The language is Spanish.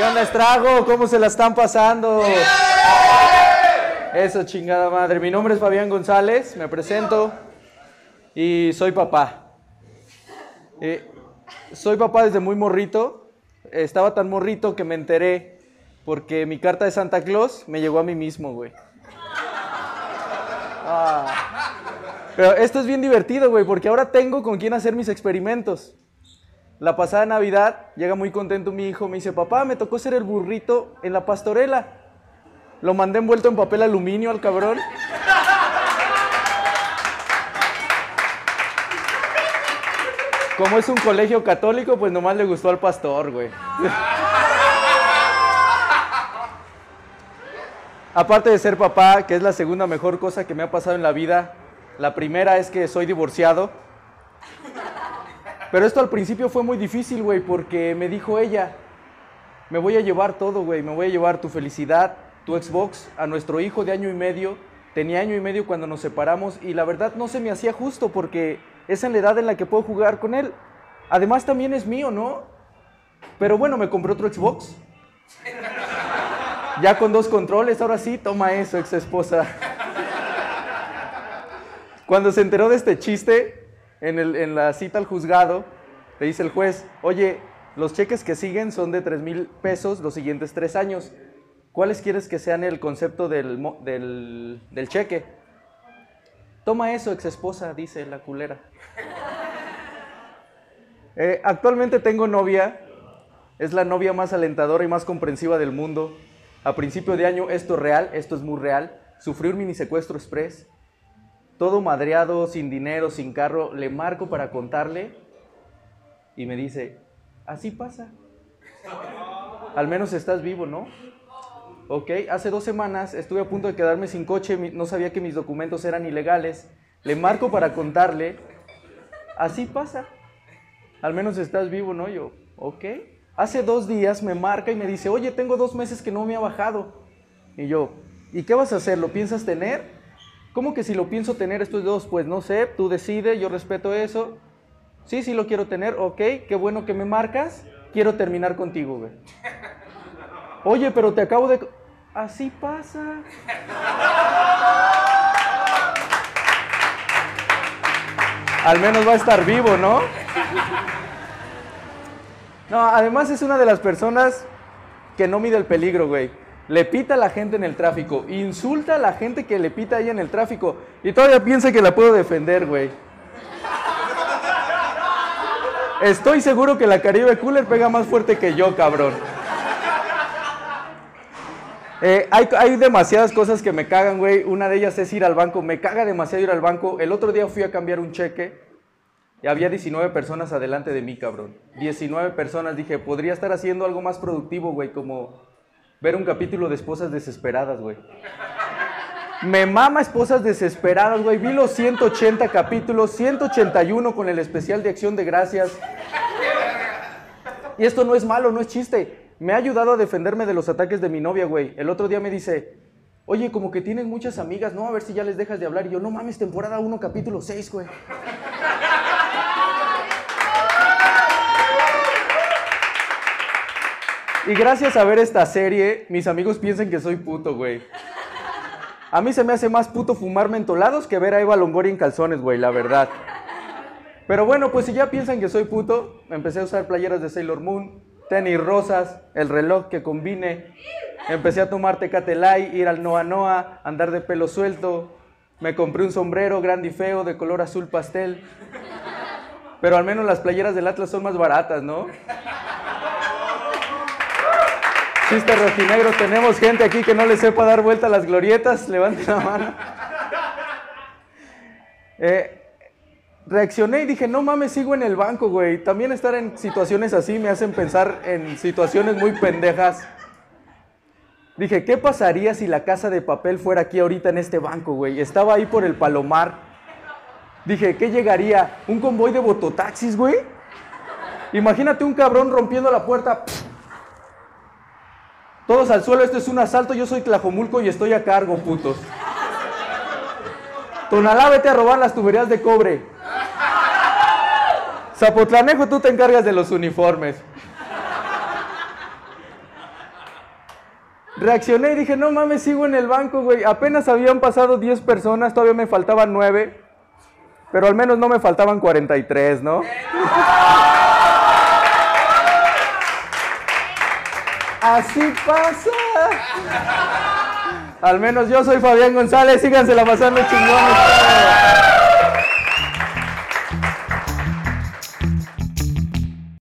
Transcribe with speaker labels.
Speaker 1: onda, estrago? ¿Cómo se la están pasando? Eso, chingada madre. Mi nombre es Fabián González, me presento y soy papá. Soy papá desde muy morrito. Estaba tan morrito que me enteré porque mi carta de Santa Claus me llegó a mí mismo, güey. Pero esto es bien divertido, güey, porque ahora tengo con quién hacer mis experimentos. La pasada Navidad llega muy contento mi hijo, me dice, papá, me tocó ser el burrito en la pastorela. Lo mandé envuelto en papel aluminio al cabrón. Como es un colegio católico, pues nomás le gustó al pastor, güey. Aparte de ser papá, que es la segunda mejor cosa que me ha pasado en la vida, la primera es que soy divorciado. Pero esto al principio fue muy difícil, güey, porque me dijo ella, me voy a llevar todo, güey, me voy a llevar tu felicidad, tu Xbox, a nuestro hijo de 1 año y medio. Tenía 1 año y medio cuando nos separamos y la verdad no se me hacía justo porque es en la edad en la que puedo jugar con él. Además también es mío, ¿no? Pero bueno, me compré otro Xbox. Ya con 2 controles, ahora sí, toma eso, ex esposa. Cuando se enteró de este chiste, en la cita al juzgado, le dice el juez, oye, los cheques que siguen son de 3,000 pesos los siguientes 3 años. ¿Cuáles quieres que sean el concepto del cheque? Toma eso, ex esposa, dice la culera. Actualmente tengo novia, es la novia más alentadora y más comprensiva del mundo. A principio de año, esto es real, esto es muy real. Sufrí un minisecuestro express. Todo madreado, sin dinero, sin carro, le marco para contarle y me dice, así pasa. Al menos estás vivo, ¿no? Ok, hace 2 semanas estuve a punto de quedarme sin coche, no sabía que mis documentos eran ilegales. Le marco para contarle, así pasa. Al menos estás vivo, ¿no? Yo, ok. Hace 2 días me marca y me dice, oye, tengo 2 meses que no me ha bajado. Y yo, ¿y qué vas a hacer? ¿Lo piensas tener? ¿Cómo que si lo pienso tener estos 2? Pues no sé, tú decides, yo respeto eso. Sí, sí lo quiero tener, ok, qué bueno que me marcas, quiero terminar contigo, güey. Oye, pero te acabo de... Así pasa. Al menos va a estar vivo, ¿no? No, además es una de las personas que no mide el peligro, güey. Le pita a la gente en el tráfico, insulta a la gente que le pita ahí en el tráfico y todavía piensa que la puedo defender, güey. Estoy seguro que la Caribe Cooler pega más fuerte que yo, cabrón. Hay demasiadas cosas que me cagan, güey. Una de ellas es ir al banco. Me caga demasiado ir al banco. El otro día fui a cambiar un cheque y había 19 personas adelante de mí, cabrón. 19 personas. Dije, podría estar haciendo algo más productivo, güey, como ver un capítulo de Esposas Desesperadas, güey. Me mama Esposas Desesperadas, güey. Vi los 180 capítulos, 181 con el especial de Acción de Gracias. Y esto no es malo, no es chiste. Me ha ayudado a defenderme de los ataques de mi novia, güey. El otro día me dice, oye, como que tienes muchas amigas, ¿no? A ver si ya les dejas de hablar. Y yo, no mames, temporada 1, capítulo 6, güey. Y gracias a ver esta serie, mis amigos piensan que soy puto, güey. A mí se me hace más puto fumar mentolados que ver a Eva Longoria en calzones, güey, la verdad. Pero bueno, pues si ya piensan que soy puto, empecé a usar playeras de Sailor Moon, tenis rosas, el reloj que combine. Empecé a tomar Tecate Light, ir al Noa Noa, andar de pelo suelto. Me compré un sombrero grande y feo de color azul pastel. Pero al menos las playeras del Atlas son más baratas, ¿no? Chiste rojinegro, tenemos gente aquí que no le sepa dar vuelta a las glorietas, levanten la mano. Reaccioné y dije, no mames, sigo en el banco, güey. También estar en situaciones así me hacen pensar en situaciones muy pendejas. Dije, ¿qué pasaría si La Casa de Papel fuera aquí ahorita en este banco, güey? Estaba ahí por el Palomar. Dije, ¿qué llegaría? ¿Un convoy de bototaxis, güey? Imagínate un cabrón rompiendo la puerta. Todos al suelo, esto es un asalto, yo soy Tlajomulco y estoy a cargo, putos. Tonalá, vete a robar las tuberías de cobre. Zapotlanejo, tú te encargas de los uniformes. Reaccioné y dije, no mames, sigo en el banco, güey. Apenas habían pasado 10 personas, todavía me faltaban 9. Pero al menos no me faltaban 43, ¿no? Así pasa. Al menos yo soy Fabián González, sígansela pasando chingones.